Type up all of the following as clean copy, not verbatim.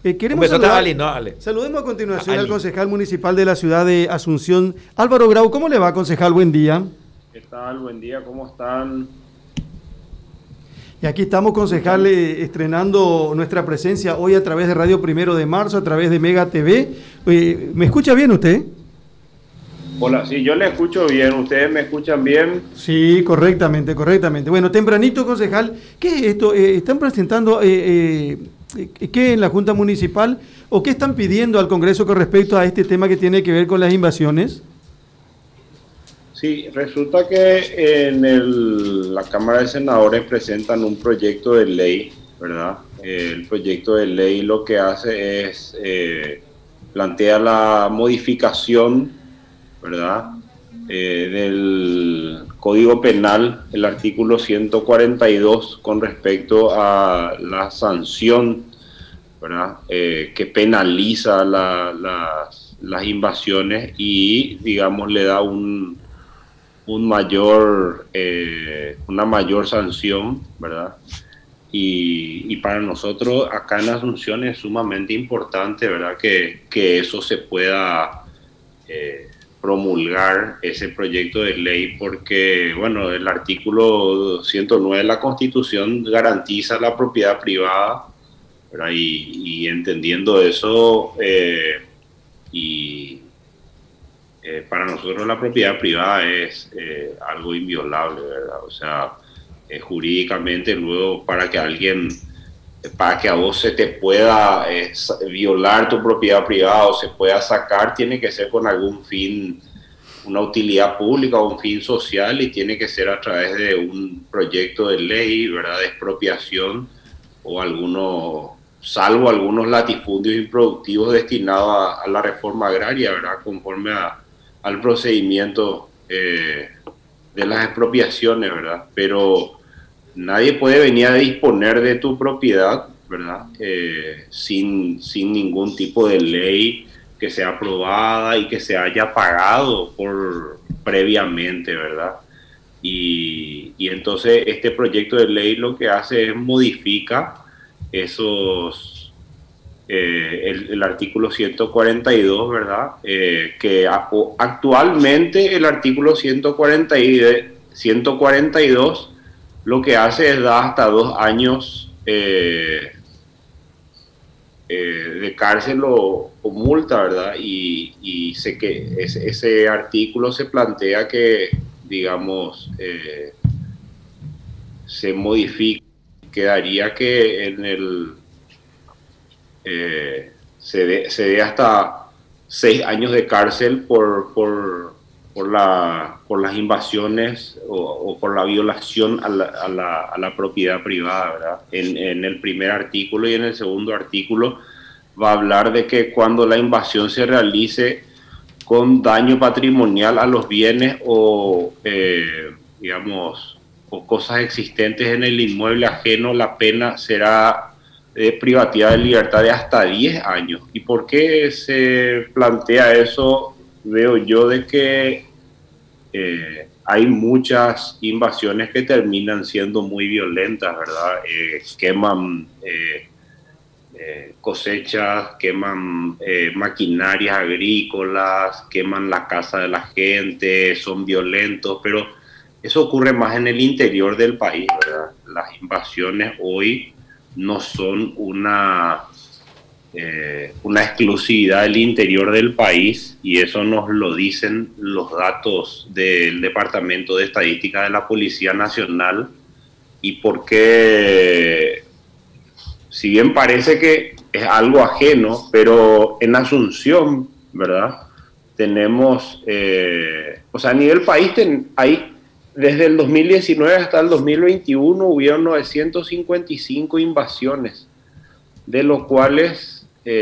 Un Queremos besote a saludar, Ali, no, Ale. saludemos a continuación Ali. al concejal municipal de la ciudad de Asunción, Álvaro Grau. ¿Cómo le va, concejal? Buen día. ¿Qué tal? Buen día, ¿cómo están? Y aquí estamos, concejal, estrenando nuestra presencia hoy a través de Radio Primero de Marzo, a través de Mega TV. ¿Me escucha bien usted? Hola, sí, yo le escucho bien. ¿Ustedes me escuchan bien? Sí, correctamente, correctamente. Bueno, tempranito, concejal, ¿qué es esto? ¿Están presentando qué en la Junta Municipal o qué están pidiendo al Congreso con respecto a este tema que tiene que ver con las invasiones? Sí, resulta que en la Cámara de Senadores presentan un proyecto de ley, ¿verdad? El proyecto de ley lo que hace es plantea la modificación, ¿verdad? Del Código Penal, el artículo 142 con respecto a la sanción, ¿verdad? Que penaliza las invasiones y, digamos, le da una mayor sanción, ¿verdad? Y para nosotros acá en Asunción es sumamente importante, ¿verdad? Que eso se pueda promulgar, ese proyecto de ley, porque, bueno, el artículo 109 de la Constitución garantiza la propiedad privada, ¿verdad? Y entendiendo eso, para nosotros la propiedad privada es algo inviolable, ¿verdad? O sea, jurídicamente luego para que a vos se te pueda violar tu propiedad privada o se pueda sacar, tiene que ser con algún fin, una utilidad pública o un fin social, y tiene que ser a través de un proyecto de ley, ¿verdad? De expropiación o salvo algunos latifundios improductivos destinados a la reforma agraria, ¿verdad? Conforme al procedimiento de las expropiaciones, ¿verdad? Pero nadie puede venir a disponer de tu propiedad, ¿verdad? Sin ningún tipo de ley que sea aprobada y que se haya pagado previamente, ¿verdad? Y entonces este proyecto de ley lo que hace es modifica el artículo 142, ¿verdad? Que actualmente el artículo 142 lo que hace es dar hasta 2 años de cárcel o multa, ¿verdad? Y sé que ese artículo se plantea que, digamos, se modifica, quedaría que se dé hasta 6 años de cárcel por las invasiones o por la violación a la propiedad privada, ¿verdad? En el primer artículo, y en el segundo artículo va a hablar de que cuando la invasión se realice con daño patrimonial a los bienes o, digamos, o cosas existentes en el inmueble ajeno, la pena será privativa de libertad de hasta 10 años. ¿Y por qué se plantea eso? Veo yo de que hay muchas invasiones que terminan siendo muy violentas, ¿verdad? Queman cosechas, queman maquinarias agrícolas, queman la casa de la gente, son violentos, pero eso ocurre más en el interior del país, ¿verdad? Las invasiones hoy no son una exclusividad del interior del país, y eso nos lo dicen los datos del Departamento de Estadística de la Policía Nacional. Y porque, si bien parece que es algo ajeno, pero en Asunción, ¿verdad? Tenemos, o sea, a nivel país hay, desde el 2019 hasta el 2021 hubieron 955 invasiones, de los cuales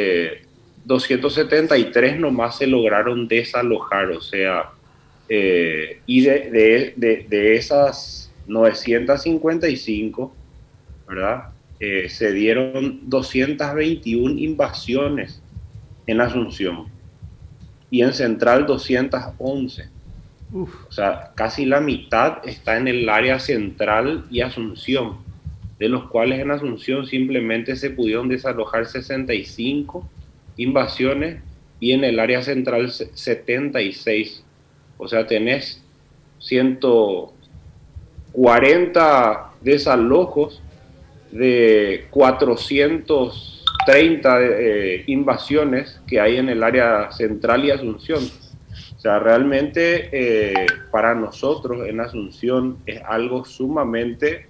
273 nomás se lograron desalojar, o sea, y de esas 955, ¿verdad? Se dieron 221 invasiones en Asunción y en Central 211. O sea, casi la mitad está en el área central y Asunción. de los cuales en Asunción simplemente se pudieron desalojar 65 invasiones y en el área central 76. O sea, tenés 140 desalojos de 430 invasiones que hay en el área central y Asunción. O sea, realmente para nosotros en Asunción es algo sumamente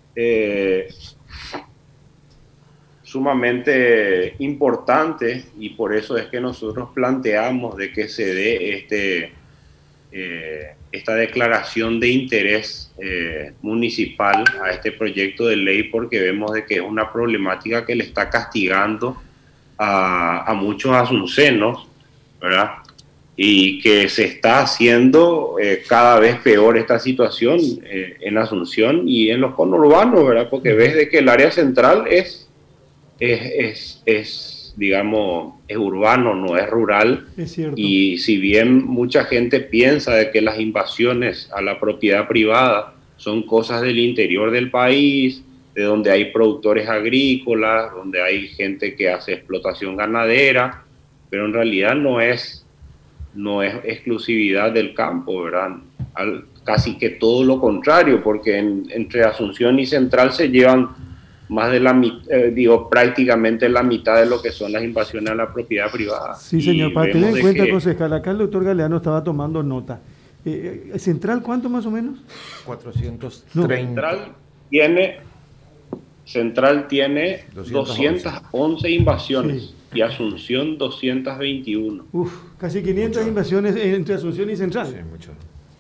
importante, y por eso es que nosotros planteamos de que se dé esta declaración de interés municipal a este proyecto de ley, porque vemos de que es una problemática que le está castigando a muchos asuncenos, ¿verdad? Y que se está haciendo cada vez peor esta situación en Asunción y en los conurbanos, ¿verdad? Porque ves de que el área central digamos, es urbano, no es rural. Es cierto. Y si bien mucha gente piensa de que las invasiones a la propiedad privada son cosas del interior del país, de donde hay productores agrícolas, donde hay gente que hace explotación ganadera, pero en realidad no es exclusividad del campo, ¿verdad? Casi que todo lo contrario, porque entre Asunción y Central se llevan más de prácticamente la mitad de lo que son las invasiones a la propiedad privada. Sí, señor, para tener en cuenta, concejal, acá el doctor Galeano estaba tomando nota. ¿Central cuánto más o menos? 430. No. Central tiene 211 invasiones. Sí. Y Asunción 221. Casi 500 invasiones entre Asunción y Central. Sí, mucho.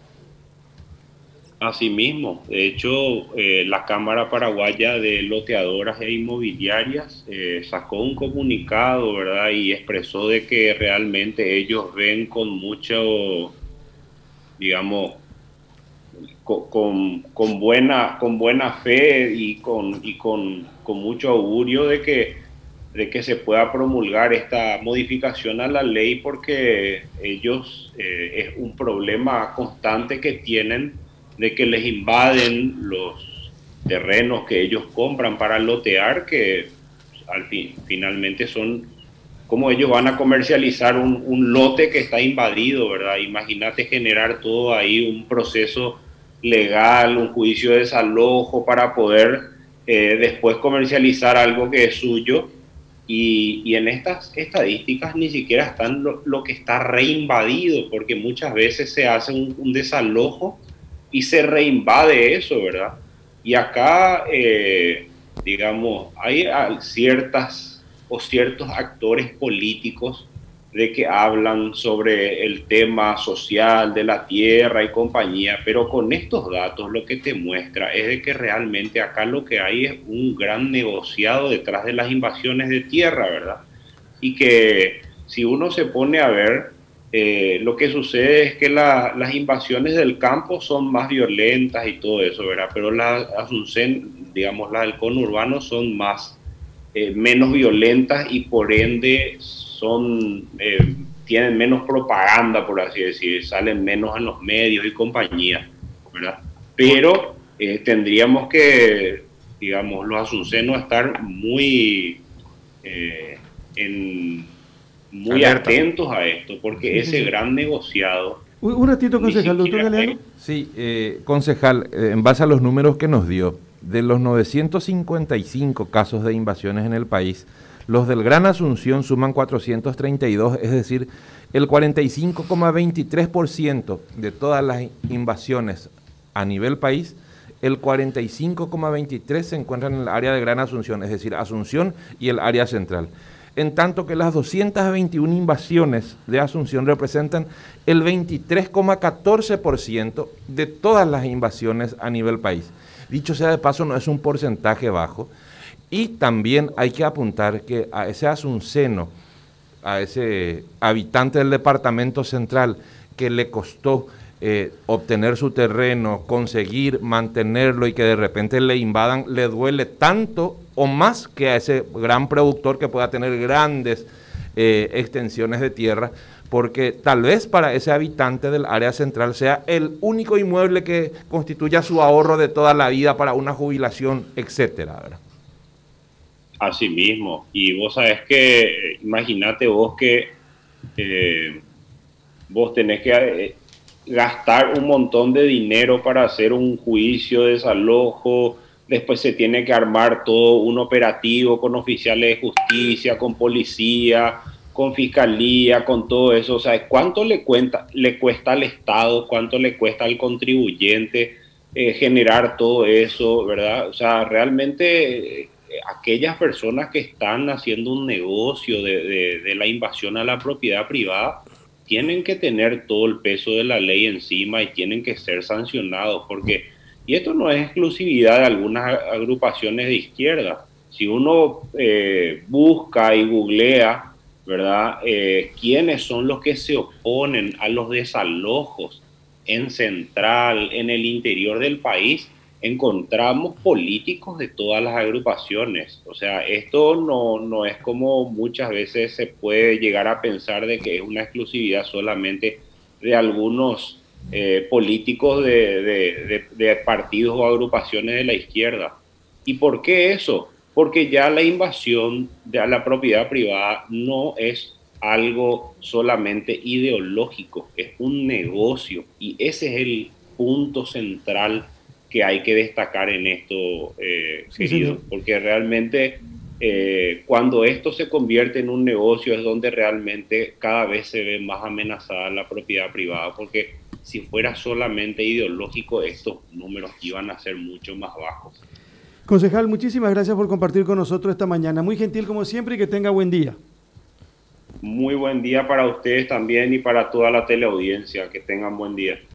Asimismo, de hecho, la Cámara Paraguaya de Loteadoras e Inmobiliarias sacó un comunicado, ¿verdad? Y expresó de que realmente ellos ven con mucho, digamos, con buena fe y con mucho augurio de que se pueda promulgar esta modificación a la ley, porque ellos es un problema constante que tienen de que les invaden los terrenos que ellos compran para lotear, que finalmente son, como ellos van a comercializar un lote que está invadido, ¿verdad? Imagínate generar todo ahí, un proceso legal, un juicio de desalojo para poder después comercializar algo que es suyo. Y en estas estadísticas ni siquiera están lo que está reinvadido, porque muchas veces se hace un desalojo y se reinvade eso, ¿verdad? Y acá, digamos, hay ciertos actores políticos de que hablan sobre el tema social de la tierra y compañía, pero con estos datos lo que te muestra es de que realmente acá lo que hay es un gran negociado detrás de las invasiones de tierra, ¿verdad? Y que si uno se pone a ver, lo que sucede es que las invasiones del campo son más violentas y todo eso, ¿verdad? Pero las digamos, las del conurbano son menos violentas y por ende tienen menos propaganda, por así decir, salen menos en los medios y compañía, ¿verdad? Pero tendríamos que, digamos, los asuncenos estar muy atentos a esto, porque ese gran negociado... Un ratito, concejal, doctor Galeano. Sí, concejal, en base a los números que nos dio, de los 955 casos de invasiones en el país, los del Gran Asunción suman 432, es decir, el 45,23% de todas las invasiones a nivel país, el 45,23% se encuentran en el área de Gran Asunción, es decir, Asunción y el área central. En tanto que las 221 invasiones de Asunción representan el 23,14% de todas las invasiones a nivel país. Dicho sea de paso, no es un porcentaje bajo. Y también hay que apuntar que a ese asunceno, a ese habitante del departamento central que le costó obtener su terreno, conseguir mantenerlo y que de repente le invadan, le duele tanto o más que a ese gran productor que pueda tener grandes extensiones de tierra, porque tal vez para ese habitante del área central sea el único inmueble que constituya su ahorro de toda la vida para una jubilación, etcétera, ¿verdad? Así mismo. Y vos sabés que, imagínate vos que vos tenés que gastar un montón de dinero para hacer un juicio de desalojo, después se tiene que armar todo un operativo con oficiales de justicia, con policía, con fiscalía, con todo eso. O sea, ¿cuánto le cuesta al Estado, cuánto le cuesta al contribuyente generar todo eso, ¿verdad? O sea, realmente aquellas personas que están haciendo un negocio de la invasión a la propiedad privada tienen que tener todo el peso de la ley encima y tienen que ser sancionados, porque, y esto no es exclusividad de algunas agrupaciones de izquierda. Si uno busca y googlea, ¿verdad? ¿Quiénes son los que se oponen a los desalojos en Central, en el interior del país? Encontramos políticos de todas las agrupaciones. O sea, esto no es como muchas veces se puede llegar a pensar de que es una exclusividad solamente de algunos políticos de partidos o agrupaciones de la izquierda. ¿Y por qué eso? Porque ya la invasión de la propiedad privada no es algo solamente ideológico, es un negocio, y ese es el punto central que hay que destacar en esto, querido, porque realmente cuando esto se convierte en un negocio es donde realmente cada vez se ve más amenazada la propiedad privada, porque si fuera solamente ideológico estos números iban a ser mucho más bajos. Concejal, muchísimas gracias por compartir con nosotros esta mañana. Muy gentil como siempre y que tenga buen día. Muy buen día para ustedes también y para toda la teleaudiencia. Que tengan buen día.